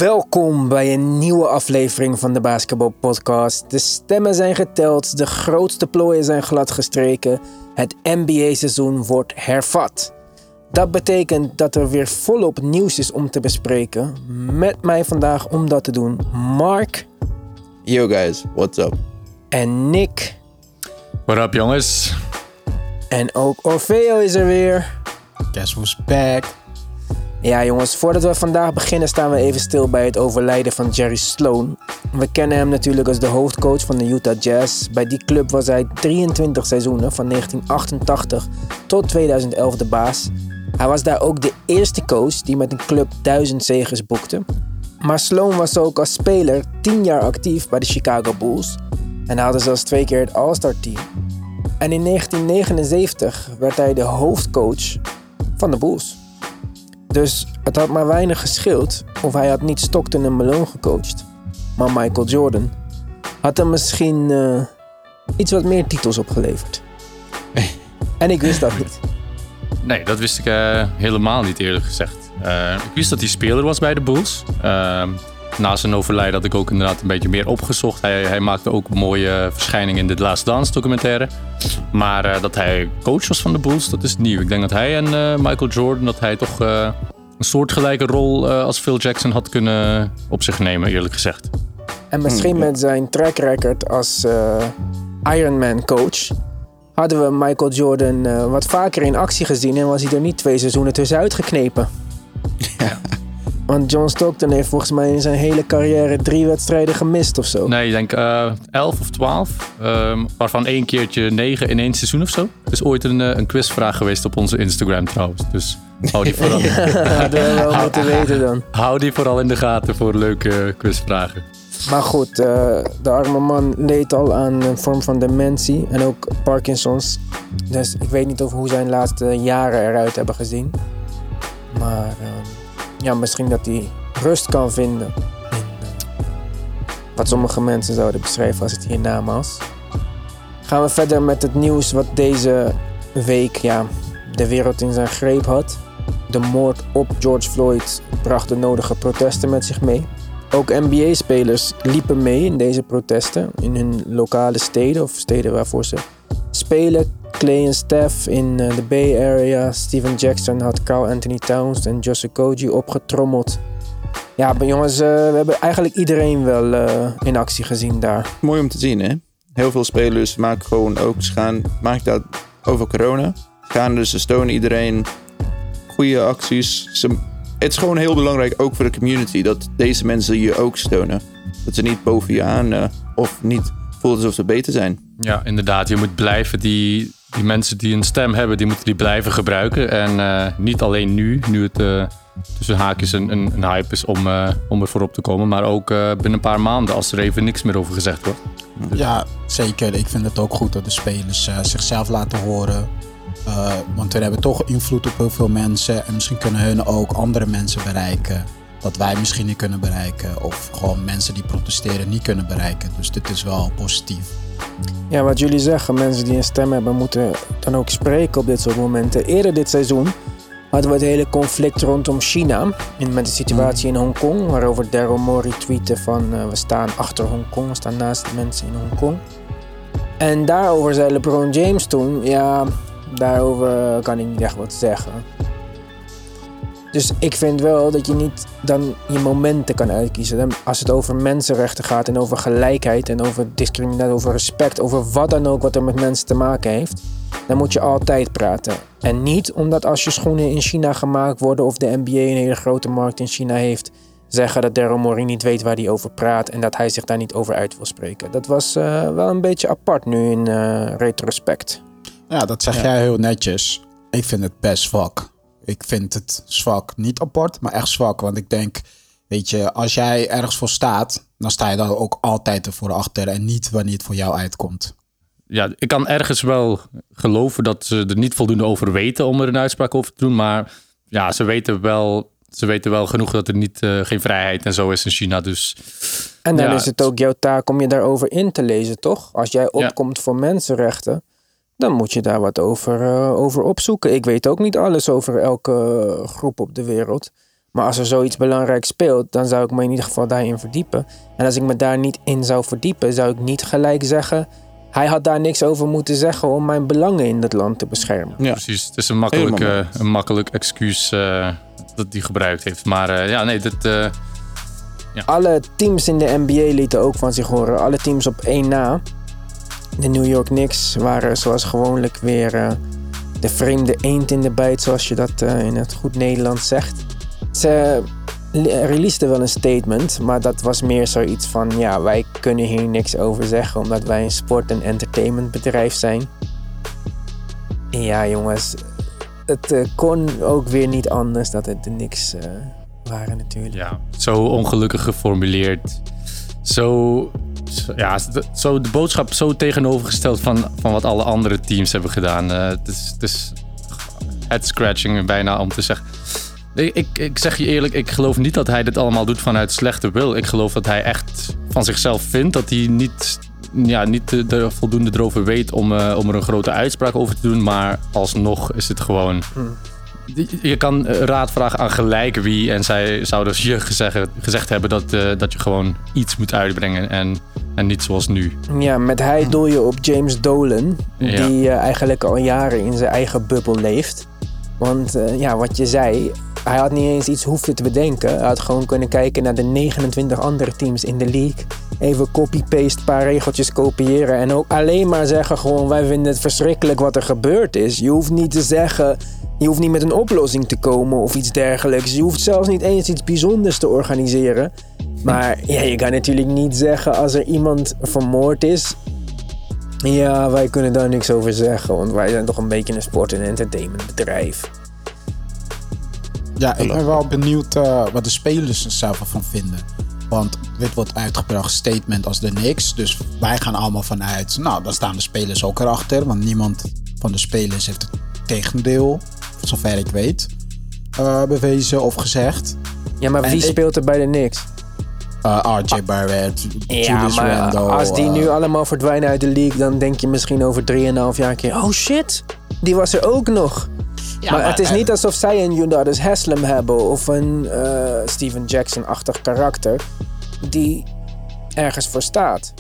Welkom bij een nieuwe aflevering van de Basketbalpodcast. De stemmen zijn geteld, de grootste plooien zijn gladgestreken. Het NBA-seizoen wordt hervat. Dat betekent dat er weer volop nieuws is om te bespreken. Met mij vandaag om dat te doen, Mark. Yo guys, what's up? En Nick. What up jongens? En ook Orfeo is er weer. Guess who's back? Ja jongens, voordat we vandaag beginnen staan we even stil bij het overlijden van Jerry Sloan. We kennen hem natuurlijk als de hoofdcoach van de Utah Jazz. Bij die club was hij 23 seizoenen, van 1988 tot 2011 de baas. Hij was daar ook de eerste coach die met een club 1000 zeges boekte. Maar Sloan was ook als speler 10 jaar actief bij de Chicago Bulls. En hij had zelfs 2 keer het All-Star team. En in 1979 werd hij de hoofdcoach van de Bulls. Dus het had maar weinig gescheeld of hij had niet Stockton en Malone gecoacht. Maar Michael Jordan had hem misschien iets wat meer titels opgeleverd. En ik wist dat niet. Nee, dat wist ik helemaal niet eerlijk gezegd. Ik wist dat hij speler was bij de Bulls. Na zijn overlijden had ik ook inderdaad een beetje meer opgezocht. Hij maakte ook een mooie verschijning in de The Last Dance documentaire. Maar dat hij coach was van de Bulls, dat is nieuw. Ik denk dat hij en Michael Jordan, dat hij toch een soortgelijke rol als Phil Jackson had kunnen op zich nemen, eerlijk gezegd. En misschien met zijn track record als Ironman coach hadden we Michael Jordan wat vaker in actie gezien en was hij er niet 2 seizoenen tussenuit geknepen. Ja. Want John Stockton heeft volgens mij in zijn hele carrière 3 wedstrijden gemist of zo. Nee, ik denk 11 of 12. Waarvan 1 keertje 9 in 1 seizoen of zo. Het is ooit een quizvraag geweest op onze Instagram trouwens. Dus hou die vooral hadden we wel moeten weten dan. Hou die vooral in de gaten voor leuke quizvragen. Maar goed, de arme man leed al aan een vorm van dementie en ook Parkinson's. Dus ik weet niet over hoe zijn laatste jaren eruit hebben gezien. Maar ja, misschien dat hij rust kan vinden in wat sommige mensen zouden beschrijven als het hiernamaals. Gaan we verder met het nieuws wat deze week de wereld in zijn greep had. De moord op George Floyd bracht de nodige protesten met zich mee. Ook NBA-spelers liepen mee in deze protesten in hun lokale steden of steden waarvoor ze spelen. Clay en Steph in de Bay Area. Steven Jackson had Karl Anthony Towns en Josh Okogie opgetrommeld. Ja, maar jongens, we hebben eigenlijk iedereen wel in actie gezien daar. Mooi om te zien, hè? Heel veel spelers maken gewoon ook, maken dat over corona. Ze steunen iedereen. Goede acties. Het is gewoon heel belangrijk, ook voor de community, dat deze mensen je ook steunen. Dat ze niet boven je aan of niet voelen alsof ze beter zijn. Ja, inderdaad. Je moet blijven die mensen die een stem hebben, die moeten die blijven gebruiken. En niet alleen nu het tussen haakjes een hype is om er voorop te komen. Maar ook binnen een paar maanden, als er even niks meer over gezegd wordt. Ja, zeker. Ik vind het ook goed dat de spelers zichzelf laten horen. Want we hebben toch invloed op heel veel mensen. En misschien kunnen hun ook andere mensen bereiken. Dat wij misschien niet kunnen bereiken. Of gewoon mensen die protesteren niet kunnen bereiken. Dus dit is wel positief. Ja, wat jullie zeggen, mensen die een stem hebben moeten dan ook spreken op dit soort momenten. Eerder dit seizoen hadden we het hele conflict rondom China. Met de situatie in Hongkong, waarover Daryl Morey tweette van we staan achter Hongkong, we staan naast de mensen in Hongkong. En daarover zei LeBron James toen, ja, daarover kan ik niet echt wat zeggen. Dus ik vind wel dat je niet dan je momenten kan uitkiezen. Als het over mensenrechten gaat en over gelijkheid en over discriminatie, over respect, over wat dan ook wat er met mensen te maken heeft, dan moet je altijd praten. En niet omdat als je schoenen in China gemaakt worden of de NBA een hele grote markt in China heeft, zeggen dat Daryl Morey niet weet waar hij over praat en dat hij zich daar niet over uit wil spreken. Dat was wel een beetje apart nu in retrospect. Ja, dat zeg jij heel netjes. Ik vind het best zwak. Ik vind het zwak. Niet apart, maar echt zwak. Want ik denk, weet je, als jij ergens voor staat, dan sta je dan ook altijd ervoor achter en niet wanneer het voor jou uitkomt. Ja, ik kan ergens wel geloven dat ze er niet voldoende over weten om er een uitspraak over te doen. Maar ja, ze weten wel genoeg dat er geen vrijheid en zo is in China. Dus, en dan is het ook jouw taak om je daarover in te lezen, toch? Als jij opkomt voor mensenrechten, dan moet je daar wat over opzoeken. Ik weet ook niet alles over elke groep op de wereld. Maar als er zoiets belangrijks speelt, dan zou ik me in ieder geval daarin verdiepen. En als ik me daar niet in zou verdiepen, zou ik niet gelijk zeggen... Hij had daar niks over moeten zeggen om mijn belangen in het land te beschermen. Ja, precies. Het is een makkelijk excuus dat hij gebruikt heeft. Maar Alle teams in de NBA lieten ook van zich horen. Alle teams op 1 na. De New York Knicks waren zoals gewoonlijk weer de vreemde eend in de bijt, zoals je dat in het goed Nederlands zegt. Ze releaseden wel een statement, maar dat was meer zoiets van... ja, wij kunnen hier niks over zeggen, omdat wij een sport- en entertainmentbedrijf zijn. En ja, jongens, het kon ook weer niet anders dat het de Knicks waren natuurlijk. Ja, zo ongelukkig geformuleerd. Zo de boodschap zo tegenovergesteld van wat alle andere teams hebben gedaan. Het is head scratching bijna om te zeggen... Ik zeg je eerlijk, ik geloof niet dat hij dit allemaal doet vanuit slechte wil. Ik geloof dat hij echt van zichzelf vindt dat hij niet de voldoende erover weet om er een grote uitspraak over te doen. Maar alsnog is het gewoon... Je kan raad vragen aan gelijk wie en zij zouden je gezegd hebben dat je gewoon iets moet uitbrengen en niet zoals nu. Ja, met hij doel je op James Dolan, die eigenlijk al jaren in zijn eigen bubbel leeft. Want wat je zei, hij had niet eens iets hoeven te bedenken. Hij had gewoon kunnen kijken naar de 29 andere teams in de league. Even copy-paste, een paar regeltjes kopiëren. En ook alleen maar zeggen gewoon, wij vinden het verschrikkelijk wat er gebeurd is. Je hoeft niet te zeggen, je hoeft niet met een oplossing te komen of iets dergelijks. Je hoeft zelfs niet eens iets bijzonders te organiseren. Maar ja, je kan natuurlijk niet zeggen als er iemand vermoord is... Ja, wij kunnen daar niks over zeggen, want wij zijn toch een beetje een sport- en entertainmentbedrijf. Ja, ik ben wel benieuwd wat de spelers er zelf van vinden. Want dit wordt uitgebracht statement als de Knicks. Dus wij gaan allemaal vanuit, nou, dan staan de spelers ook erachter. Want niemand van de spelers heeft het tegendeel, zover ik weet, bewezen of gezegd. Ja, maar wie speelt er bij de Knicks? RJ Barrett, Julius Randle. Als die nu allemaal verdwijnen uit de league, dan denk je misschien over 3,5 jaar een keer... Oh shit, die was er ook nog. Ja, maar het is niet alsof zij een Udonis Haslem hebben of een Steven Jackson-achtig karakter die ergens voor staat.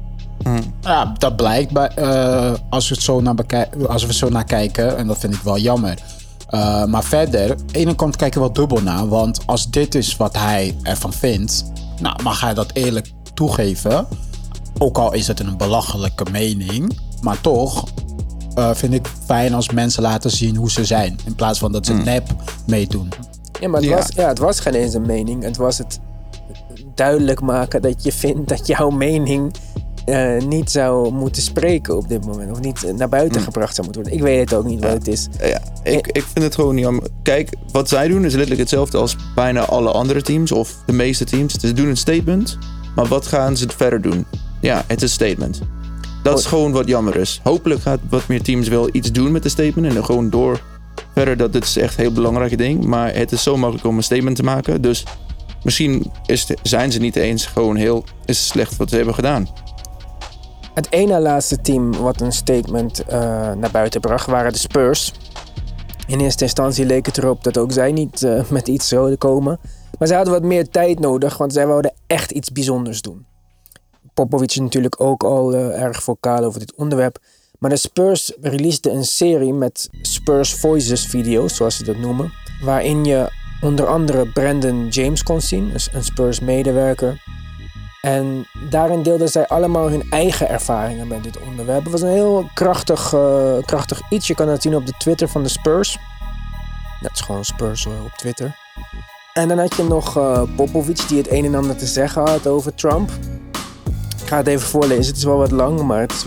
Ja, dat blijkt als we zo naar kijken, en dat vind ik wel jammer. Maar verder, aan de ene kant kijken we wel dubbel naar, want als dit is wat hij ervan vindt, nou, mag hij dat eerlijk toegeven. Ook al is het een belachelijke mening, maar toch vind ik fijn als mensen laten zien hoe ze zijn, in plaats van dat ze nep meedoen. Ja, maar het was geen eens een mening. Het was het duidelijk maken dat je vindt dat jouw mening niet zou moeten spreken op dit moment. Of niet naar buiten gebracht zou moeten worden. Ik weet het ook niet wat het is. Ja, ik vind het gewoon niet jammer. Kijk, wat zij doen is letterlijk hetzelfde als bijna alle andere teams. Of de meeste teams. Ze doen een statement. Maar wat gaan ze verder doen? Ja, het is een statement. Dat is gewoon wat jammer is. Hopelijk gaat wat meer teams wel iets doen met de statement. En dan gewoon door verder. Dat dit is echt een heel belangrijk ding. Maar het is zo makkelijk om een statement te maken. Dus misschien zijn ze niet eens gewoon heel slecht wat ze hebben gedaan. Het ene laatste team wat een statement naar buiten bracht waren de Spurs. In eerste instantie leek het erop dat ook zij niet met iets zouden komen. Maar zij hadden wat meer tijd nodig, want zij wouden echt iets bijzonders doen. Popovich is natuurlijk ook al erg vocaal over dit onderwerp. Maar de Spurs releaseden een serie met Spurs Voices video's, zoals ze dat noemen. Waarin je onder andere Brandon James kon zien, een Spurs medewerker. En daarin deelden zij allemaal hun eigen ervaringen met dit onderwerp. Het was een heel krachtig iets. Je kan dat zien op de Twitter van de Spurs. Dat is gewoon Spurs op Twitter. En dan had je nog Popovich die het een en ander te zeggen had over Trump. Ik ga het even voorlezen. Het is wel wat lang, maar het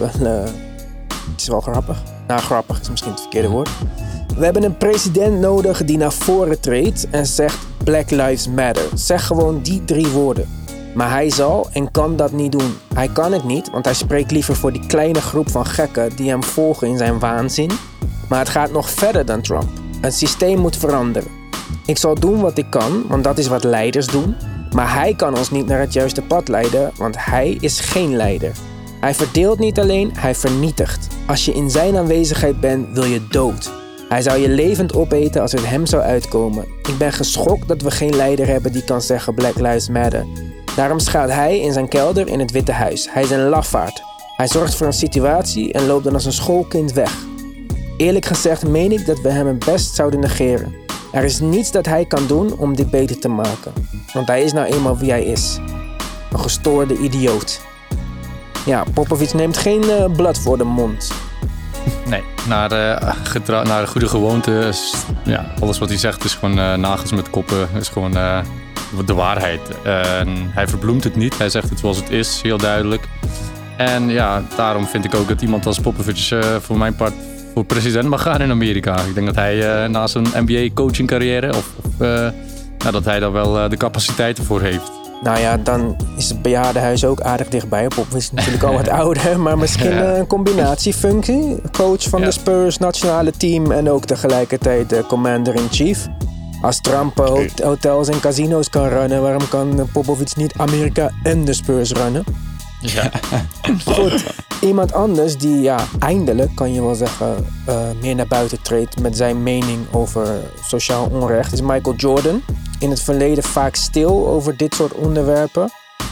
is wel grappig. Nou, grappig is misschien het verkeerde woord. We hebben een president nodig die naar voren treedt en zegt Black Lives Matter. Zeg gewoon die 3 woorden. Maar hij zal en kan dat niet doen. Hij kan het niet, want hij spreekt liever voor die kleine groep van gekken die hem volgen in zijn waanzin. Maar het gaat nog verder dan Trump. Het systeem moet veranderen. Ik zal doen wat ik kan, want dat is wat leiders doen. Maar hij kan ons niet naar het juiste pad leiden, want hij is geen leider. Hij verdeelt niet alleen, hij vernietigt. Als je in zijn aanwezigheid bent, wil je dood. Hij zou je levend opeten als het hem zou uitkomen. Ik ben geschokt dat we geen leider hebben die kan zeggen Black Lives Matter. Daarom schuilt hij in zijn kelder in het Witte Huis. Hij is een lafaard. Hij zorgt voor een situatie en loopt dan als een schoolkind weg. Eerlijk gezegd meen ik dat we hem het best zouden negeren. Er is niets dat hij kan doen om dit beter te maken. Want hij is nou eenmaal wie hij is. Een gestoorde idioot. Ja, Popovic neemt geen blad voor de mond. Nee, naar de goede gewoonte. Ja, alles wat hij zegt is gewoon nagels met koppen. Is gewoon de waarheid. Hij verbloemt het niet. Hij zegt het zoals het is, heel duidelijk. En ja, daarom vind ik ook dat iemand als Popovic voor mijn part voor president mag gaan in Amerika. Ik denk dat hij na zijn NBA-coaching carrière dat hij daar wel de capaciteiten voor heeft. Nou ja, dan is het bejaardenhuis ook aardig dichtbij. Popovic is natuurlijk al wat ouder, maar misschien een combinatiefunctie. Coach van de Spurs nationale team en ook tegelijkertijd de commander-in-chief. Als Trump hotels en casino's kan runnen, waarom kan Popovic niet Amerika en de Spurs runnen? Ja. Goed, iemand anders die eindelijk, kan je wel zeggen, meer naar buiten treedt met zijn mening over sociaal onrecht, is Michael Jordan. In het verleden vaak stil over dit soort onderwerpen.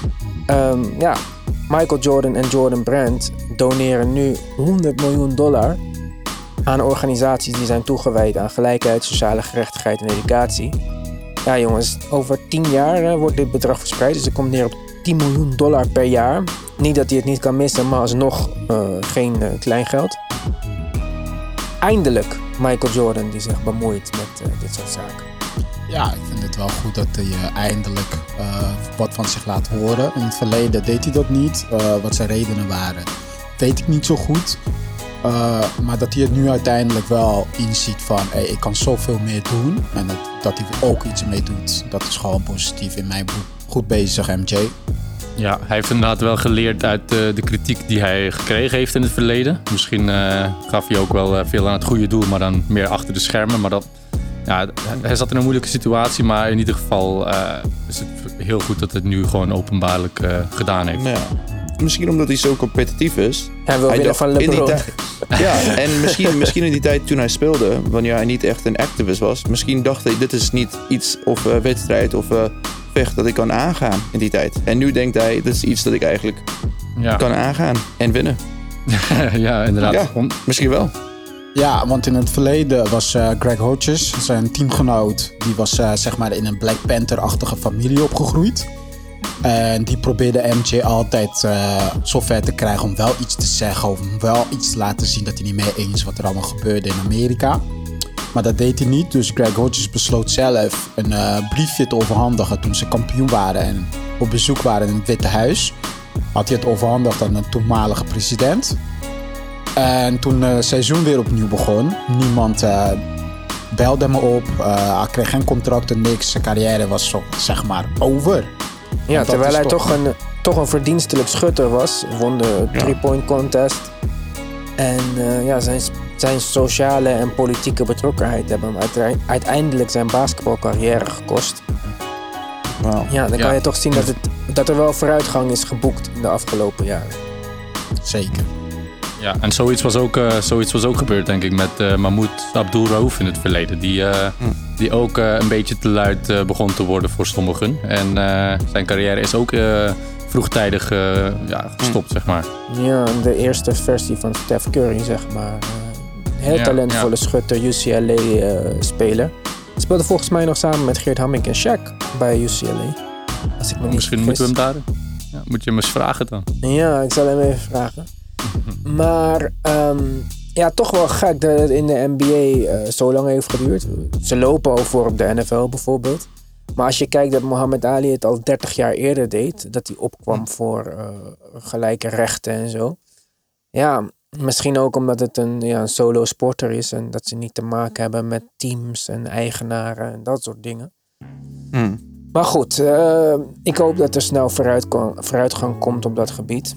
Michael Jordan en Jordan Brand doneren nu $100 miljoen aan organisaties die zijn toegewijd aan gelijkheid, sociale gerechtigheid en educatie. Ja jongens, over 10 jaar wordt dit bedrag verspreid, dus het komt neer op $10 miljoen per jaar. Niet dat hij het niet kan missen, maar alsnog geen klein geld. Eindelijk Michael Jordan die zich bemoeit met dit soort zaken. Ja, ik vind het wel goed dat hij eindelijk wat van zich laat horen. In het verleden deed hij dat niet. Wat zijn redenen waren, weet ik niet zo goed. Maar dat hij het nu uiteindelijk wel inziet van ik kan zoveel meer doen. En dat hij ook iets mee doet. Dat is gewoon positief in mijn boek. Goed bezig, MJ. Ja, hij heeft inderdaad wel geleerd uit de kritiek die hij gekregen heeft in het verleden. Misschien gaf hij ook wel veel aan het goede doel, maar dan meer achter de schermen. Maar hij zat in een moeilijke situatie, maar in ieder geval is het heel goed dat het nu gewoon openbaarlijk gedaan heeft. Ja. Misschien omdat hij zo competitief is. Hij wil winnen van LeBron. En misschien in die tijd toen hij speelde, wanneer hij niet echt een activist was, misschien dacht hij, dit is niet iets of wedstrijd of vecht dat ik kan aangaan in die tijd. En nu denkt hij, dit is iets dat ik eigenlijk kan aangaan en winnen. Ja, inderdaad. Ja, misschien wel. Ja, want in het verleden was Greg Hodges, zijn teamgenoot, die was zeg maar in een Black Panther-achtige familie opgegroeid. En die probeerde MJ altijd zover te krijgen om wel iets te zeggen of om wel iets te laten zien dat hij niet mee eens wat er allemaal gebeurde in Amerika. Maar dat deed hij niet, dus Greg Hodges besloot zelf een briefje te overhandigen toen ze kampioen waren en op bezoek waren in het Witte Huis. Had hij het overhandigd aan de toenmalige president. En toen het seizoen weer opnieuw begon, niemand belde me op, hij kreeg geen contracten, niks. Zijn carrière was zo, zeg maar over. Ja, terwijl hij toch een verdienstelijk schutter was, won de 3-point contest. En zijn sociale en politieke betrokkenheid hebben hem uiteindelijk zijn basketbalcarrière gekost. Wow. Ja, dan kan je toch zien dat er wel vooruitgang is geboekt in de afgelopen jaren. Zeker. Ja, en zoiets was ook gebeurd, denk ik, met Mahmoud Abdul-Rauf in het verleden. Die ook een beetje te luid begon te worden voor sommigen. En zijn carrière is ook vroegtijdig gestopt, zeg maar. Ja, de eerste versie van Steph Curry, zeg maar. Heel talentvolle schutter, UCLA-speler. Speelde volgens mij nog samen met Geert Hamming en Shaq bij UCLA. Als ik me niet Misschien moeten we hem daar... Ja, moet je hem eens vragen dan. Ja, ik zal hem even vragen. Maar toch wel gek dat het in de NBA zo lang heeft geduurd. Ze lopen al voor op de NFL bijvoorbeeld. Maar als je kijkt dat Muhammad Ali het al 30 jaar eerder deed, dat hij opkwam voor gelijke rechten en zo. Ja, misschien ook omdat het een solo sporter is en dat ze niet te maken hebben met teams en eigenaren en dat soort dingen. Maar goed, ik hoop dat er snel vooruitgang komt op dat gebied.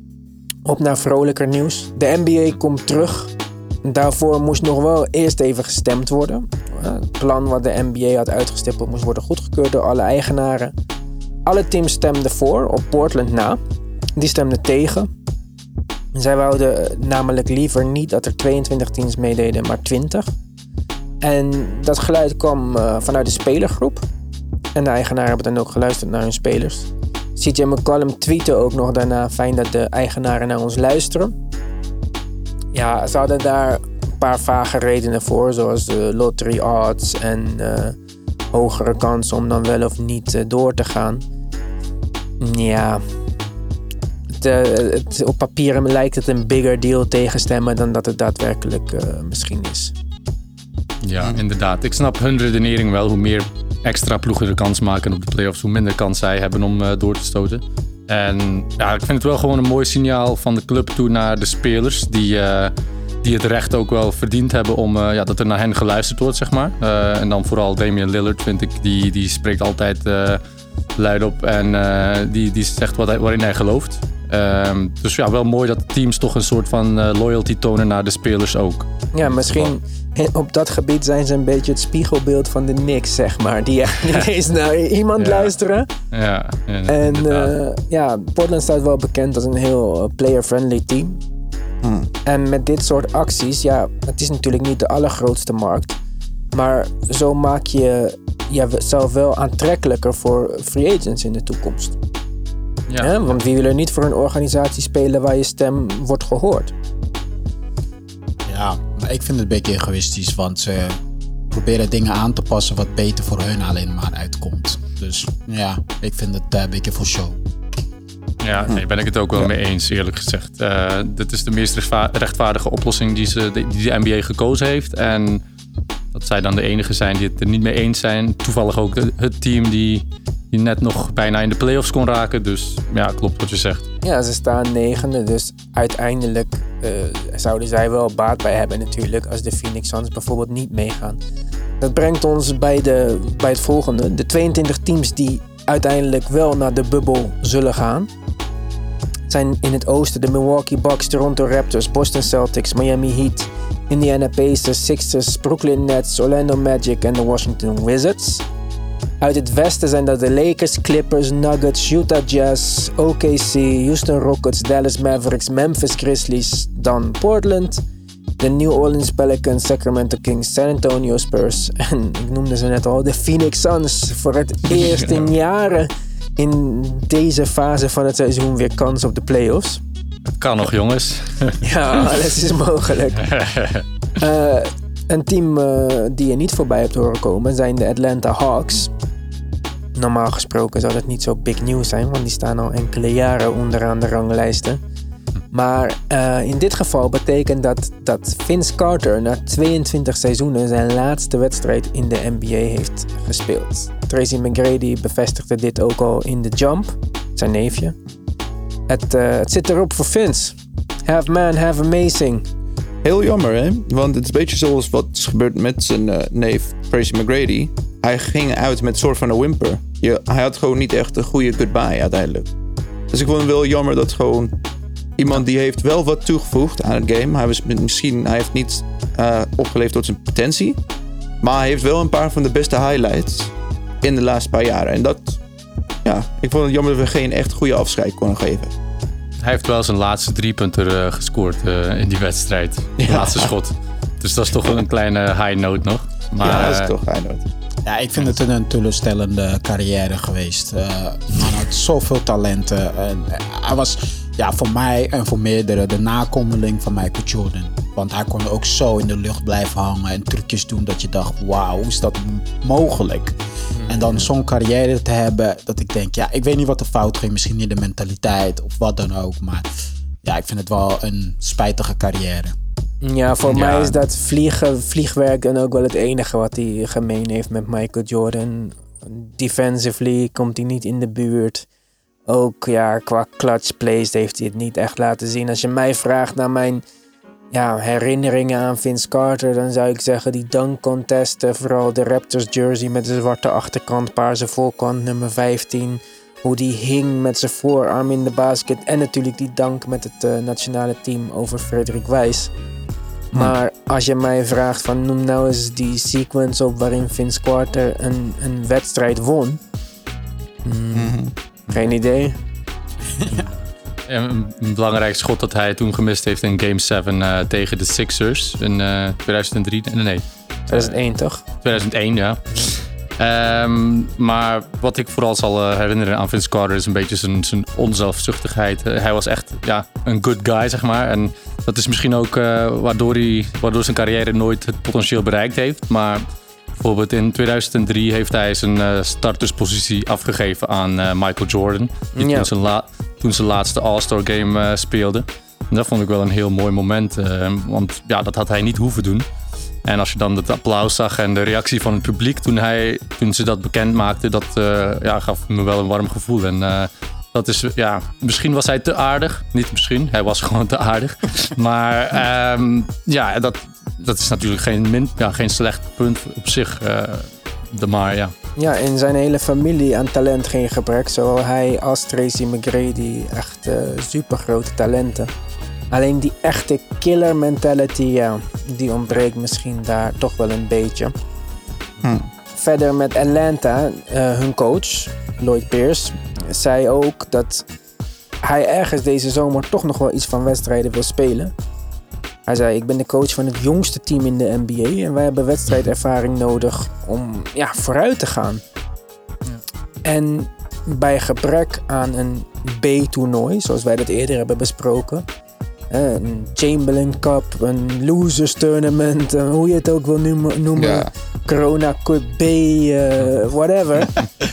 Op naar vrolijker nieuws. De NBA komt terug. Daarvoor moest nog wel eerst even gestemd worden. Het plan wat de NBA had uitgestippeld moest worden goedgekeurd door alle eigenaren. Alle teams stemden voor, op Portland na. Die stemden tegen. Zij wouden namelijk liever niet dat er 22 teams meededen, maar 20. En dat geluid kwam vanuit de spelergroep. En de eigenaren hebben dan ook geluisterd naar hun spelers. CJ McCollum tweette ook nog daarna: fijn dat de eigenaren naar ons luisteren. Ja, ze hadden daar een paar vage redenen voor, zoals lottery odds en hogere kans om dan wel of niet door te gaan. Ja, op papier lijkt het een bigger deal tegenstemmen dan dat het daadwerkelijk misschien is. Ja, inderdaad. Ik snap hun redenering wel. Hoe meer extra ploegen de kans maken op de playoffs, hoe minder kans zij hebben om door te stoten. En ja, ik vind het wel gewoon een mooi signaal van de club toe naar de spelers die het recht ook wel verdiend hebben om dat er naar hen geluisterd wordt, zeg maar. En dan vooral Damian Lillard, vind ik, die spreekt altijd luid op en die zegt waarin hij gelooft. Dus ja, wel mooi dat teams toch een soort van loyalty tonen naar de spelers ook. Ja, misschien op dat gebied zijn ze een beetje het spiegelbeeld van de Knicks, zeg maar. Die echt niet eens naar iemand luisteren. Ja, en Portland staat wel bekend als een heel player-friendly team. En met dit soort acties, ja, het is natuurlijk niet de allergrootste markt. Maar zo maak je jezelf wel aantrekkelijker voor free agents in de toekomst. Ja, want wie wil er niet voor een organisatie spelen waar je stem wordt gehoord? Ja, maar ik vind het een beetje egoïstisch, want ze proberen dingen aan te passen wat beter voor hun alleen maar uitkomt. Dus ja, ik vind het een beetje voor show. Ja, nee, ben ik het ook wel mee eens, eerlijk gezegd. Dit is de meest rechtvaardige oplossing die de NBA gekozen heeft. En dat zij dan de enige zijn die het er niet mee eens zijn. Toevallig ook het team die net nog bijna in de playoffs kon raken. Dus ja, klopt wat je zegt. Ja, ze staan 9e, dus uiteindelijk zouden zij wel baat bij hebben natuurlijk als de Phoenix Suns bijvoorbeeld niet meegaan. Dat brengt ons bij het volgende. De 22 teams die uiteindelijk wel naar de bubbel zullen gaan zijn in het oosten de Milwaukee Bucks, Toronto Raptors, Boston Celtics, Miami Heat, Indiana Pacers, Sixers, Brooklyn Nets, Orlando Magic en de Washington Wizards. Uit het westen zijn dat de Lakers, Clippers, Nuggets, Utah Jazz, OKC, Houston Rockets, Dallas Mavericks, Memphis Grizzlies, dan Portland, de New Orleans Pelicans, Sacramento Kings, San Antonio Spurs en ik noemde ze net al, de Phoenix Suns. Voor het eerst in jaren in deze fase van het seizoen weer kans op de playoffs. Het kan nog, jongens. Ja, alles is mogelijk. Een team die je niet voorbij hebt horen komen zijn de Atlanta Hawks. Normaal gesproken zou dat niet zo big news zijn, want die staan al enkele jaren onderaan de ranglijsten. Maar in dit geval betekent dat Vince Carter na 22 seizoenen zijn laatste wedstrijd in de NBA heeft gespeeld. Tracy McGrady bevestigde dit ook al in The Jump, zijn neefje. Het zit erop voor Vince. Have man, have amazing. Heel jammer, hè? Want het is een beetje zoals wat is gebeurd met zijn neef Tracy McGrady. Hij ging uit met een soort van een whimper. Hij had gewoon niet echt een goede goodbye uiteindelijk. Dus ik vond het wel jammer dat gewoon iemand die heeft wel wat toegevoegd aan het game. Hij heeft niet opgeleverd tot zijn potentie. Maar hij heeft wel een paar van de beste highlights in de laatste paar jaren. En dat, ja, ik vond het jammer dat we geen echt goede afscheid konden geven. Hij heeft wel zijn laatste 3-punter gescoord in die wedstrijd. De laatste schot. Dus dat is toch wel een kleine high note nog. Maar, ja, dat is toch high note. Ja, ik vind het een teleurstellende carrière geweest. Man had zoveel talenten. Hij was voor mij en voor meerdere de nakomeling van Michael Jordan. Want hij kon ook zo in de lucht blijven hangen en trucjes doen dat je dacht, wauw, hoe is dat mogelijk? En dan zo'n carrière te hebben dat ik denk, ik weet niet wat er fout ging. Misschien niet de mentaliteit of wat dan ook. Maar ja, ik vind het wel een spijtige carrière. Ja, voor mij is dat vliegwerk dan ook wel het enige wat hij gemeen heeft met Michael Jordan. Defensively komt hij niet in de buurt. Ook qua clutch plays heeft hij het niet echt laten zien. Als je mij vraagt naar mijn herinneringen aan Vince Carter, dan zou ik zeggen die dunk contesten. Vooral de Raptors jersey met de zwarte achterkant, paarse voorkant, nummer 15. Hoe die hing met zijn voorarm in de basket. En natuurlijk die dunk met het nationale team over Frederik Wijs. Maar als je mij vraagt van noem nou eens die sequence op waarin Vince Carter een wedstrijd won. Geen idee. Een belangrijk schot dat hij toen gemist heeft in Game 7 tegen de Sixers in 2003. Nee, 2001 toch? 2001, ja. Maar wat ik vooral zal herinneren aan Vince Carter is een beetje zijn onzelfzuchtigheid. Hij was echt een good guy, zeg maar. En dat is misschien ook waardoor zijn carrière nooit het potentieel bereikt heeft. Maar bijvoorbeeld in 2003 heeft hij zijn starterspositie afgegeven aan Michael Jordan. Die toen zijn laatste All-Star Game speelde. En dat vond ik wel een heel mooi moment. Want dat had hij niet hoeven doen. En als je dan het applaus zag en de reactie van het publiek toen ze dat bekend maakten, dat gaf me wel een warm gevoel. En dat is, misschien was hij te aardig. Niet misschien, hij was gewoon te aardig. Maar dat is natuurlijk geen slecht punt op zich. Ja, in zijn hele familie aan talent geen gebrek. Zowel hij als Tracy McGrady, echt super grote talenten. Alleen die echte killer mentality, die ontbreekt misschien daar toch wel een beetje. Verder met Atlanta, hun coach, Lloyd Pierce, zei ook dat hij ergens deze zomer toch nog wel iets van wedstrijden wil spelen. Hij zei, ik ben de coach van het jongste team in de NBA en wij hebben wedstrijdervaring nodig om vooruit te gaan. Ja. En bij gebrek aan een B-toernooi, zoals wij dat eerder hebben besproken, een Chamberlain Cup, een Losers Tournament, hoe je het ook wil noemen. Ja. Corona Cup B, whatever.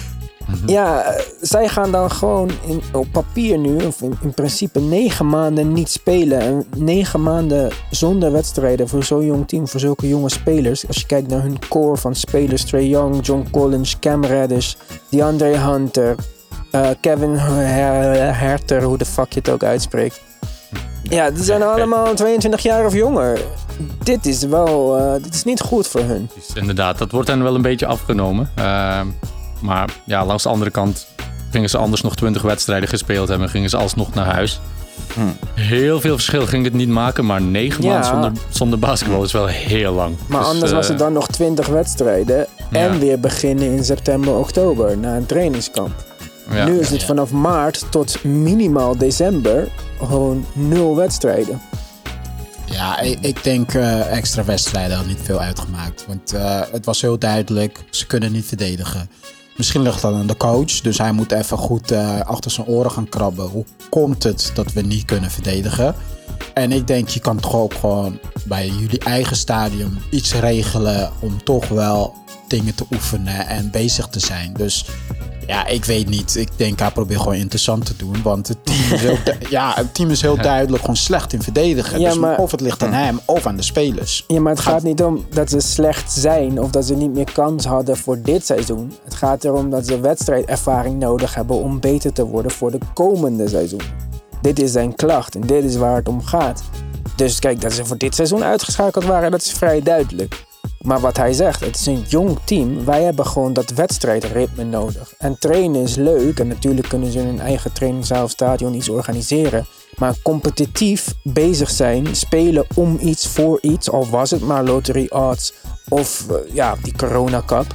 Zij gaan dan gewoon op papier nu, of in principe 9 maanden niet spelen. En 9 maanden zonder wedstrijden voor zo'n jong team, voor zulke jonge spelers. Als je kijkt naar hun core van spelers, Trae Young, John Collins, Cam Reddish, DeAndre Hunter, Kevin Herter, hoe de fuck je het ook uitspreekt. Ja, die zijn allemaal 22 jaar of jonger. Dit is niet goed voor hun. Inderdaad, dat wordt hen wel een beetje afgenomen. Maar langs de andere kant gingen ze anders nog 20 wedstrijden gespeeld hebben en gingen ze alsnog naar huis. Heel veel verschil ging het niet maken, maar 9 maanden zonder basketbal is wel heel lang. Maar dus, anders was het dan nog 20 wedstrijden en weer beginnen in september, oktober na een trainingskamp. Ja. Nu is het vanaf maart tot minimaal december gewoon 0 wedstrijden. Ja, ik denk extra wedstrijden had niet veel uitgemaakt. Want het was heel duidelijk, ze kunnen niet verdedigen. Misschien ligt dat aan de coach, dus hij moet even goed achter zijn oren gaan krabben. Hoe komt het dat we niet kunnen verdedigen? En ik denk, je kan toch ook gewoon bij jullie eigen stadion iets regelen om toch wel dingen te oefenen en bezig te zijn. Dus ik weet niet. Ik denk, hij probeert gewoon interessant te doen. Want het team is heel duidelijk gewoon slecht in verdedigen. Ja, dus maar of het ligt aan hem of aan de spelers. Ja, maar het gaat niet om dat ze slecht zijn of dat ze niet meer kans hadden voor dit seizoen. Het gaat erom dat ze wedstrijdervaring nodig hebben om beter te worden voor de komende seizoen. Dit is zijn klacht en dit is waar het om gaat. Dus kijk, dat ze voor dit seizoen uitgeschakeld waren, dat is vrij duidelijk. Maar wat hij zegt, het is een jong team. Wij hebben gewoon dat wedstrijdritme nodig. En trainen is leuk. En natuurlijk kunnen ze in hun eigen trainingszaal of stadion iets organiseren. Maar competitief bezig zijn, spelen om iets voor iets. Al was het maar lottery odds of die Corona Cup.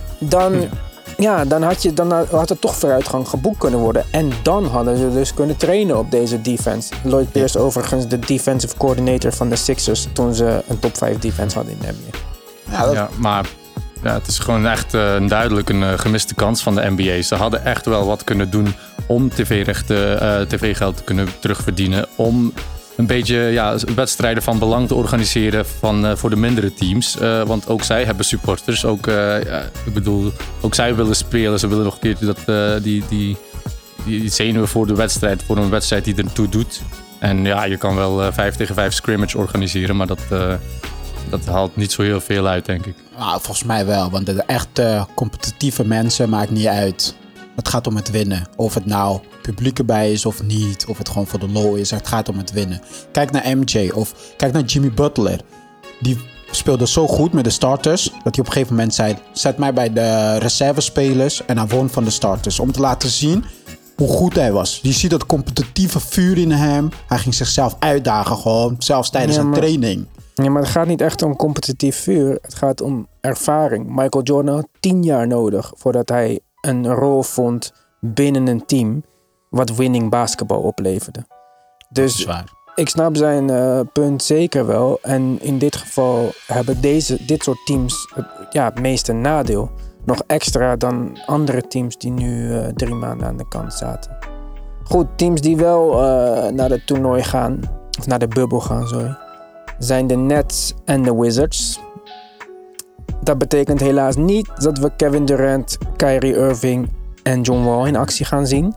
Dan had er toch vooruitgang geboekt kunnen worden. En dan hadden ze dus kunnen trainen op deze defense. Lloyd Pierce overigens de defensive coordinator van de Sixers toen ze een top 5 defense hadden in de NBA. Maar het is gewoon echt duidelijk een gemiste kans van de NBA. Ze hadden echt wel wat kunnen doen om tv-geld te kunnen terugverdienen. Om een beetje wedstrijden van belang te organiseren voor de mindere teams. Want ook zij hebben supporters. Ook zij willen spelen. Ze willen nog een keertje dat die zenuwen voor een wedstrijd die ertoe doet. En je kan wel 5 tegen 5 scrimmage organiseren, maar dat haalt niet zo heel veel uit, denk ik. Nou, volgens mij wel, want de echte competitieve mensen maakt niet uit. Het gaat om het winnen. Of het nou publiek erbij is of niet, of het gewoon voor de lol is. Het gaat om het winnen. Kijk naar MJ of kijk naar Jimmy Butler. Die speelde zo goed met de starters dat hij op een gegeven moment zei: zet mij bij de reservespelers, en hij won van de starters. Om te laten zien hoe goed hij was. Je ziet dat competitieve vuur in hem. Hij ging zichzelf uitdagen gewoon, zelfs tijdens een training. Ja, maar het gaat niet echt om competitief vuur. Het gaat om ervaring. Michael Jordan had 10 jaar nodig voordat hij een rol vond binnen een team wat winning basketbal opleverde. Dus ik snap zijn punt zeker wel. En in dit geval hebben dit soort teams het meeste nadeel. Nog extra dan andere teams die nu 3 maanden aan de kant zaten. Goed, teams die wel naar het toernooi gaan, of naar de bubbel gaan, sorry, zijn de Nets en de Wizards. Dat betekent helaas niet dat we Kevin Durant, Kyrie Irving en John Wall in actie gaan zien.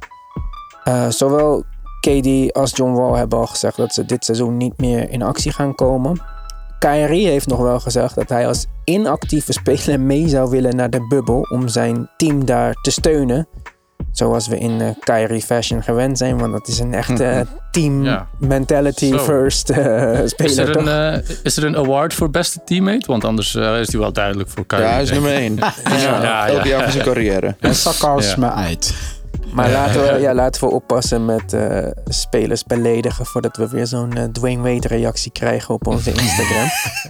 Zowel KD als John Wall hebben al gezegd dat ze dit seizoen niet meer in actie gaan komen. Kyrie heeft nog wel gezegd dat hij als inactieve speler mee zou willen naar de bubbel om zijn team daar te steunen. Zoals we in Kyrie fashion gewend zijn, want dat is een echte team mentality first speler. Is er een award voor beste teammate? Want anders is die wel duidelijk voor Kyrie. Ja, hij is nummer 1. Elk jaar van zijn carrière. En sarcasme uit. Maar laten we oppassen met spelers beledigen voordat we weer zo'n Dwayne Wade reactie krijgen op onze Instagram.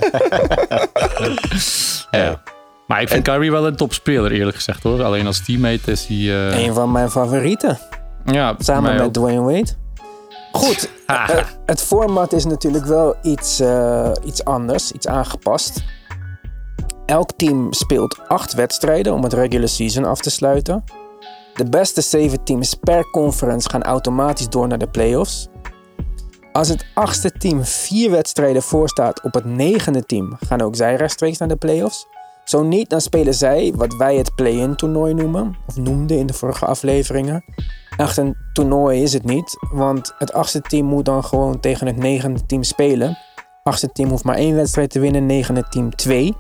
Ja. Maar ik vind Kyrie wel een topspeler, eerlijk gezegd, hoor. Alleen als teammate is hij... Een van mijn favorieten. Ja, samen met Dwayne Wade. Goed, het format is natuurlijk wel iets anders, iets aangepast. Elk team speelt 8 wedstrijden om het regular season af te sluiten. De beste 7 teams per conference gaan automatisch door naar de playoffs. Als het 8e team 4 wedstrijden voorstaat op het 9e team, gaan ook zij rechtstreeks naar de playoffs. Zo niet, dan spelen zij wat wij het play-in toernooi noemen, of noemden in de vorige afleveringen. Echt een toernooi is het niet, want het 8e team moet dan gewoon tegen het 9e team spelen. 8e team hoeft maar 1 wedstrijd te winnen, 9e team 2.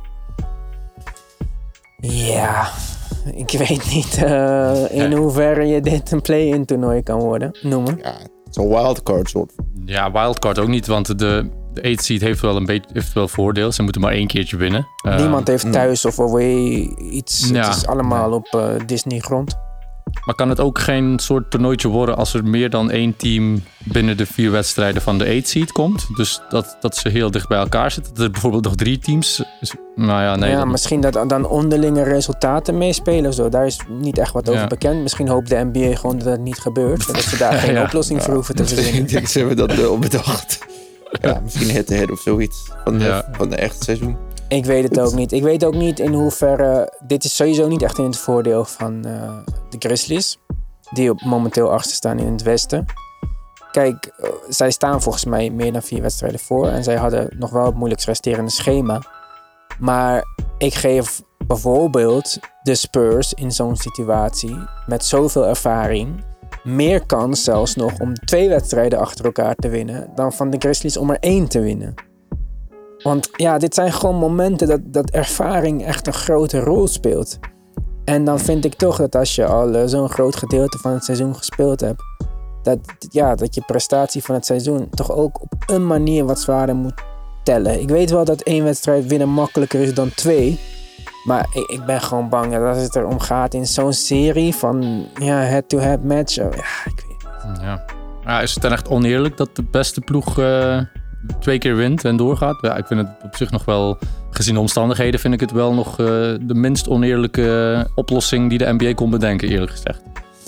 Ja, ik weet niet in hoeverre je dit een play-in toernooi kan noemen. Ja, het is een wildcard soort. Ja, wildcard ook niet, want de 8th seed heeft wel voordeel. Ze moeten maar 1 keertje winnen. Niemand heeft thuis of away iets. Het is allemaal op Disney-grond. Maar kan het ook geen soort toernooitje worden als er meer dan 1 team binnen de 4 wedstrijden van de 8th seed komt? Dus dat ze heel dicht bij elkaar zitten. Dat er bijvoorbeeld nog 3 teams... misschien dat dan onderlinge resultaten meespelen of zo. Daar is niet echt wat over bekend. Misschien hoopt de NBA gewoon dat het niet gebeurt. En dat ze daar geen oplossing voor hoeven te verzinnen. Ik denk ze hebben dat wel bedacht. Ja, misschien head-to-head of zoiets van de echte seizoen. Ik weet het ook niet. Ik weet ook niet in hoeverre... Dit is sowieso niet echt in het voordeel van de Grizzlies. Die momenteel 8e staan in het westen. Kijk, zij staan volgens mij meer dan 4 wedstrijden voor. En zij hadden nog wel het moeilijkst resterende schema. Maar ik geef bijvoorbeeld de Spurs in zo'n situatie met zoveel ervaring meer kans zelfs nog om 2 wedstrijden achter elkaar te winnen dan van de Grizzlies om er 1 te winnen. Want ja, dit zijn gewoon momenten dat ervaring echt een grote rol speelt. En dan vind ik toch dat als je al zo'n groot gedeelte van het seizoen gespeeld hebt, dat je prestatie van het seizoen toch ook op een manier wat zwaarder moet tellen. Ik weet wel dat 1 wedstrijd winnen makkelijker is dan 2. Maar ik ben gewoon bang dat als het erom gaat in zo'n serie van head-to-head match. Ik weet niet. Ja, is het dan echt oneerlijk dat de beste ploeg 2 keer wint en doorgaat? Ja, ik vind het op zich nog wel, gezien de omstandigheden, vind ik het wel nog de minst oneerlijke oplossing die de NBA kon bedenken, eerlijk gezegd.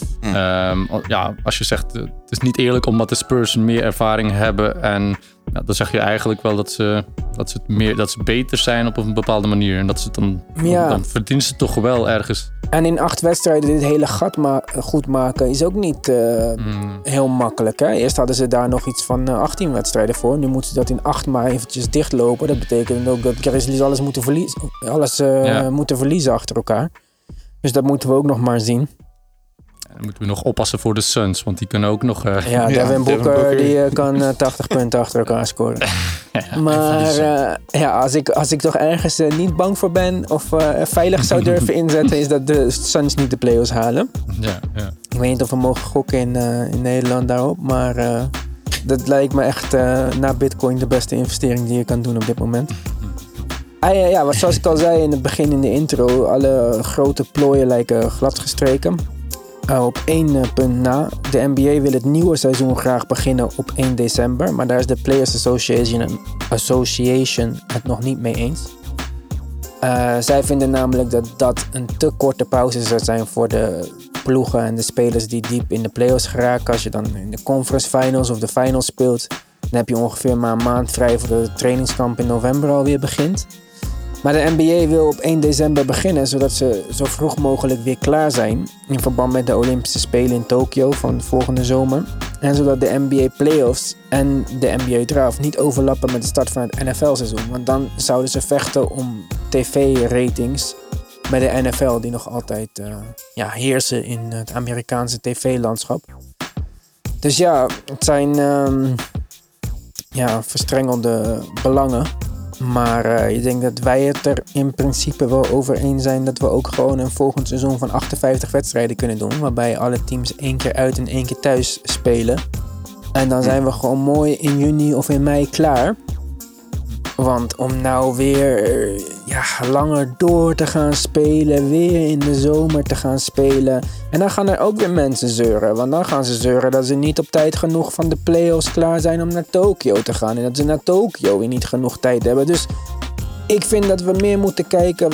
Als je zegt het is niet eerlijk omdat de Spurs meer ervaring hebben en dan zeg je eigenlijk wel dat ze beter zijn op een bepaalde manier en dat ze dan verdienen ze toch wel ergens. En in 8 wedstrijden dit hele gat goed maken is ook niet heel makkelijk. Hè? Eerst hadden ze daar nog iets van 18 wedstrijden voor. Nu moeten ze dat in 8 maar eventjes dichtlopen. Dat betekent ook dat Grizzlies alles moeten verliezen achter elkaar. Dus dat moeten we ook nog maar zien. Dan moeten we nog oppassen voor de Suns, want die kunnen ook nog... Devin Booker die kan 80 punten achter elkaar scoren. Als ik toch ergens niet bang voor ben of veilig zou durven inzetten, is dat de Suns niet de playoffs halen. Ja. Ik weet niet of we mogen gokken in Nederland daarop, maar dat lijkt me echt na Bitcoin de beste investering die je kan doen op dit moment. Wat zoals ik al zei in het begin in de intro, alle grote plooien lijken gladgestreken. Op 1 punt na. De NBA wil het nieuwe seizoen graag beginnen op 1 december. Maar daar is de Players Association het nog niet mee eens. Zij vinden namelijk dat een te korte pauze zou zijn voor de ploegen en de spelers die diep in de playoffs geraken. Als je dan in de conference finals of de finals speelt, Dan heb je ongeveer maar een maand vrij voordat het trainingskamp in november alweer begint. Maar de NBA wil op 1 december beginnen, zodat ze zo vroeg mogelijk weer klaar zijn in verband met de Olympische Spelen in Tokio van de volgende zomer. En zodat de NBA Playoffs en de NBA Draft niet overlappen met de start van het NFL-seizoen. Want dan zouden ze vechten om tv-ratings bij de NFL, die nog altijd heersen in het Amerikaanse tv-landschap. Dus ja, het zijn verstrengelde belangen. Maar ik denk dat wij het er in principe wel over eens zijn dat we ook gewoon een volgend seizoen van 58 wedstrijden kunnen doen. Waarbij alle teams 1 keer uit en 1 keer thuis spelen. En dan zijn we gewoon mooi in juni of in mei klaar. Want om nou weer langer door te gaan spelen, weer in de zomer te gaan spelen. En dan gaan er ook weer mensen zeuren. Want dan gaan ze zeuren dat ze niet op tijd genoeg van de playoffs klaar zijn om naar Tokio te gaan. En dat ze naar Tokio weer niet genoeg tijd hebben. Dus ik vind dat we meer moeten kijken,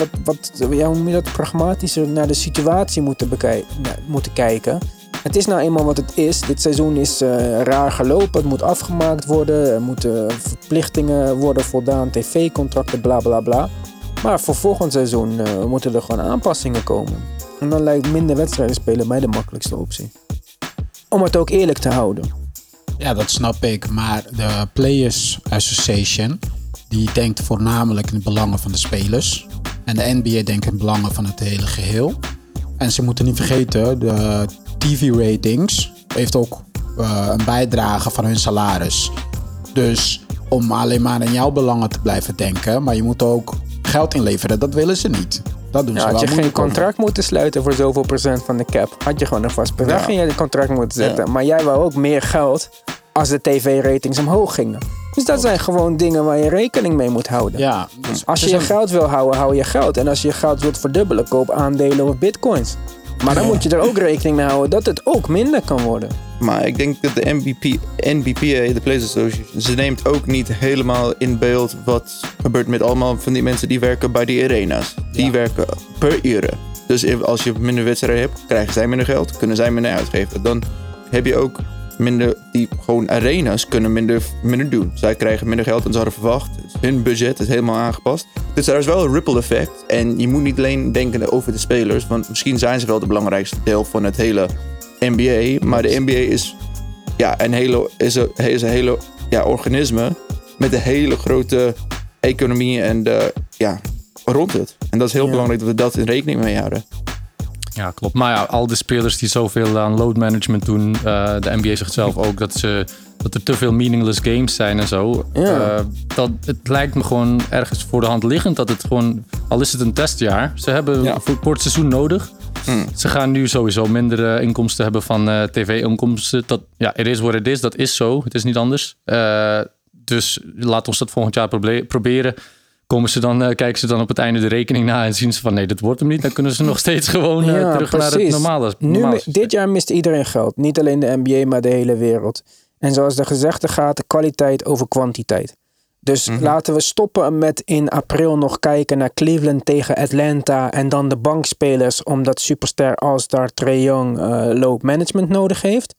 pragmatischer naar de situatie moeten kijken. Het is nou eenmaal wat het is. Dit seizoen is raar gelopen. Het moet afgemaakt worden. Er moeten verplichtingen worden voldaan. TV-contracten, bla bla bla. Maar voor volgend seizoen moeten er gewoon aanpassingen komen. En dan lijkt minder wedstrijden spelen mij de makkelijkste optie. Om het ook eerlijk te houden. Ja, dat snap ik. Maar de Players Association, die denkt voornamelijk in de belangen van de spelers. En de NBA denkt in de belangen van het hele geheel. En ze moeten niet vergeten, de TV-ratings heeft ook een bijdrage van hun salaris. Dus om alleen maar in jouw belangen te blijven denken, maar je moet ook geld inleveren, dat willen ze niet. Dat doen ze wel. Had je geen contract moeten sluiten voor zoveel procent van de cap, had je gewoon een vast bedrag in je contract moeten zetten. Ja. Maar jij wou ook meer geld als de tv-ratings omhoog gingen. Dus dat zijn gewoon dingen waar je rekening mee moet houden. Ja, dus als je je geld wil houden, hou je geld. En als je je geld wilt verdubbelen, koop aandelen of bitcoins. Maar dan moet je er ook rekening mee houden dat het ook minder kan worden. Maar ik denk dat de NBPA, de Players Association, ze neemt ook niet helemaal in beeld wat gebeurt met allemaal van die mensen die werken bij die arena's. Die werken per uur. Dus als je minder wedstrijden hebt, krijgen zij minder geld, kunnen zij minder uitgeven. Dan heb je ook minder, die gewoon arena's kunnen minder doen. Zij krijgen minder geld dan ze hadden verwacht. Dus hun budget is helemaal aangepast. Dus daar is wel een ripple effect. En je moet niet alleen denken over de spelers, want misschien zijn ze wel het belangrijkste deel van het hele NBA. Maar de NBA is een hele organisme met een hele grote economie en rond het. En dat is heel belangrijk dat we dat in rekening mee houden. Ja, klopt. Maar ja, al de spelers die zoveel aan load management doen, de NBA zegt zelf ook dat er te veel meaningless games zijn en zo. Ja. Het lijkt me gewoon ergens voor de hand liggend dat het gewoon, al is het een testjaar, ze hebben voor het seizoen nodig. Ze gaan nu sowieso minder inkomsten hebben van tv-inkomsten. Het is wat het is, dat is zo. Het is niet anders. Dus laat ons dat volgend jaar proberen. Kijken ze dan op het einde de rekening na en zien ze van nee, dat wordt hem niet. Dan kunnen ze nog steeds gewoon terug naar het normale. Dit jaar mist iedereen geld. Niet alleen de NBA, maar de hele wereld. En zoals de gezegde gaat, kwaliteit over kwantiteit. Dus laten we stoppen met in april nog kijken naar Cleveland tegen Atlanta en dan de bankspelers omdat superster All-Star Trae Young load management nodig heeft.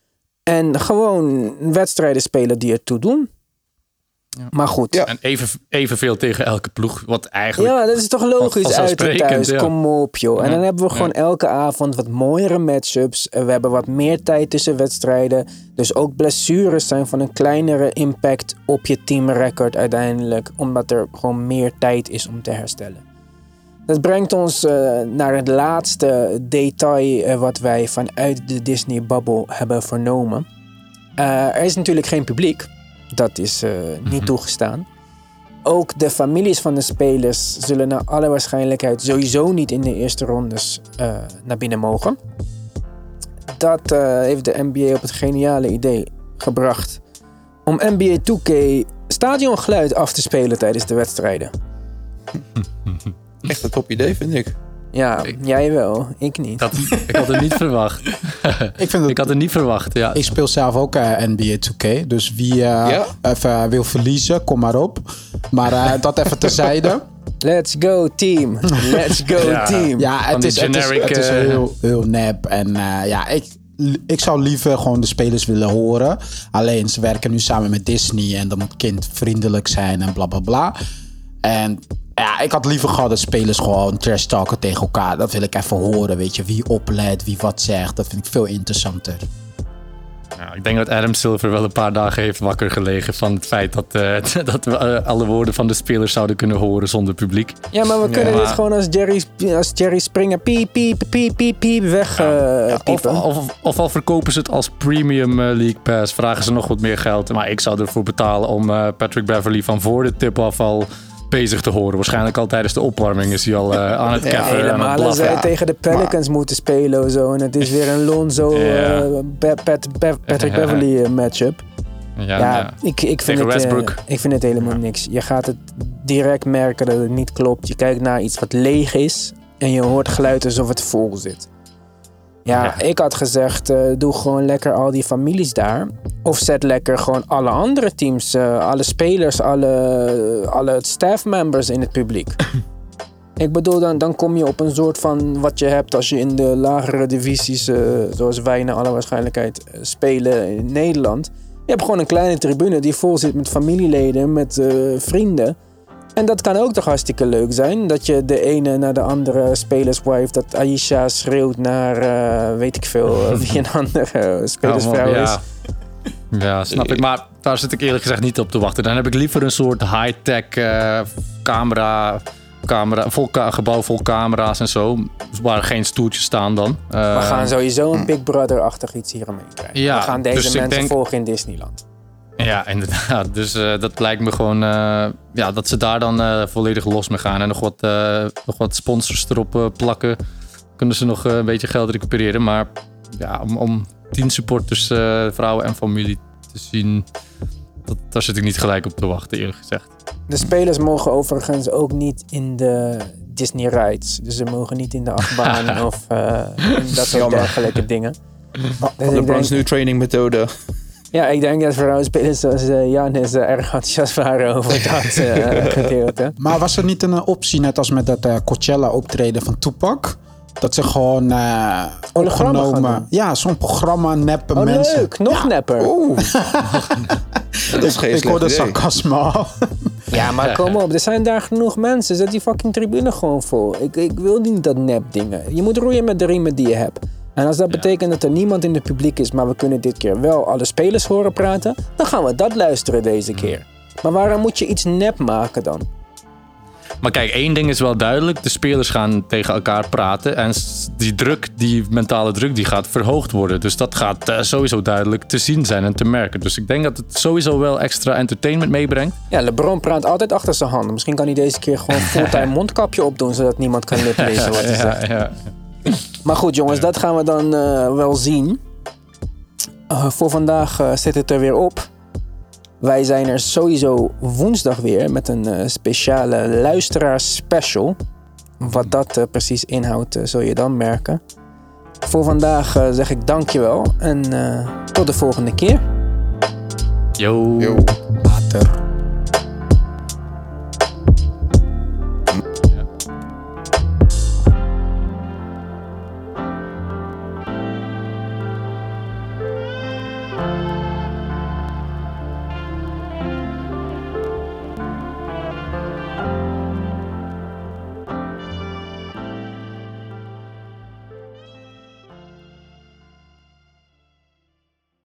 En gewoon wedstrijden spelen die ertoe doen. Ja. Maar goed. Ja. En evenveel tegen elke ploeg. Wat eigenlijk. Ja, dat is toch logisch uit en thuis. Ja. Kom op, joh. En dan hebben we gewoon elke avond wat mooiere matchups. We hebben wat meer tijd tussen wedstrijden. Dus ook blessures zijn van een kleinere impact op je teamrecord uiteindelijk. Omdat er gewoon meer tijd is om te herstellen. Dat brengt ons naar het laatste detail wat wij vanuit de Disney Bubble hebben vernomen. Er is natuurlijk geen publiek. Dat is niet toegestaan. Ook de families van de spelers zullen naar alle waarschijnlijkheid sowieso niet in de eerste rondes naar binnen mogen. Dat heeft de NBA op het geniale idee gebracht om NBA 2K stadiongeluid af te spelen tijdens de wedstrijden. Echt een top idee, vind ik. Ja, jij wel. Ik niet. Ik had het niet verwacht. Ik had het niet verwacht, ja. Ik speel zelf ook NBA 2K. Dus wie even wil verliezen, kom maar op. Maar dat even terzijde. Let's go team. Let's go team. Ja, het is heel nep. En ik zou liever gewoon de spelers willen horen. Alleen, ze werken nu samen met Disney en dan moet kindvriendelijk zijn en bla bla bla. En ja, ik had liever gehad dat spelers gewoon trash talken tegen elkaar. Dat wil ik even horen, weet je. Wie oplet, wie wat zegt. Dat vind ik veel interessanter. Ja, ik denk dat Adam Silver wel een paar dagen heeft wakker gelegen van het feit dat we alle woorden van de spelers zouden kunnen horen zonder publiek. Ja, maar we kunnen dit gewoon als Jerry Springer piep, piep, piep, piep, piep weg piepen. Of al verkopen ze het als Premium League Pass, vragen ze nog wat meer geld. Maar ik zou ervoor betalen om Patrick Beverley van voor de tip-off al bezig te horen. Waarschijnlijk al tijdens de opwarming is hij al aan het keffen. Helemaal als zij tegen de Pelicans moeten spelen of zo. En het is weer een Lonzo Patrick Beverley matchup. Ik vind het helemaal niks. Je gaat het direct merken dat het niet klopt. Je kijkt naar iets wat leeg is. En je hoort geluid alsof het vol zit. Ja, ik had gezegd, doe gewoon lekker al die families daar. Of zet lekker gewoon alle andere teams, alle spelers, alle staffmembers in het publiek. Ik bedoel, dan kom je op een soort van wat je hebt als je in de lagere divisies, zoals wij naar alle waarschijnlijkheid spelen in Nederland. Je hebt gewoon een kleine tribune die vol zit met familieleden, met vrienden. En dat kan ook toch hartstikke leuk zijn. Dat je de ene naar de andere spelerswife, dat Aisha schreeuwt naar weet ik veel wie een andere spelersvrouw is. Ja, snap ik. Maar daar zit ik eerlijk gezegd niet op te wachten. Dan heb ik liever een soort high-tech gebouw vol camera's en zo. Waar geen stoeltjes staan dan. We gaan sowieso een Big Brother-achtig iets hiermee krijgen. We gaan deze mensen volgen in Disneyland. Ja, inderdaad. Dus dat lijkt me gewoon dat ze daar dan volledig los mee gaan. En nog wat sponsors erop plakken. Kunnen ze nog een beetje geld recupereren. Maar ja, om 10 supporters, vrouwen en familie te zien, daar zit ik niet gelijk op te wachten, eerlijk gezegd. De spelers mogen overigens ook niet in de Disney rides. Dus ze mogen niet in de achtbanen of in dat soort dergelijke dingen. Dus LeBron's new training methode. Ja, ik denk dat vrouwenspelers zoals Giannis erg enthousiast waren over dat gedeelte. Maar was er niet een optie, net als met dat Coachella optreden van Tupac? Dat ze gewoon opgenomen... Ja, zo'n programma neppen mensen. Leuk, nog nepper. Dat is geen ik hoorde sarcasme al. Ja, maar kom op. Er zijn daar genoeg mensen. Zet die fucking tribune gewoon vol. Ik wil niet dat nep dingen. Je moet roeien met de riemen die je hebt. En als dat betekent dat er niemand in het publiek is, maar we kunnen dit keer wel alle spelers horen praten, dan gaan we dat luisteren deze keer. Maar waarom moet je iets nep maken dan? Maar kijk, één ding is wel duidelijk. De spelers gaan tegen elkaar praten. En die mentale druk, die gaat verhoogd worden. Dus dat gaat sowieso duidelijk te zien zijn en te merken. Dus ik denk dat het sowieso wel extra entertainment meebrengt. Ja, LeBron praat altijd achter zijn handen. Misschien kan hij deze keer gewoon fulltime mondkapje opdoen, zodat niemand kan lezen wat hij zegt. Ja. Maar goed jongens, dat gaan we dan wel zien. Voor vandaag zit het er weer op. Wij zijn er sowieso woensdag weer met een speciale luisteraars-special. Wat dat precies inhoudt, zul je dan merken. Voor vandaag zeg ik dankjewel en tot de volgende keer. Yo. Later.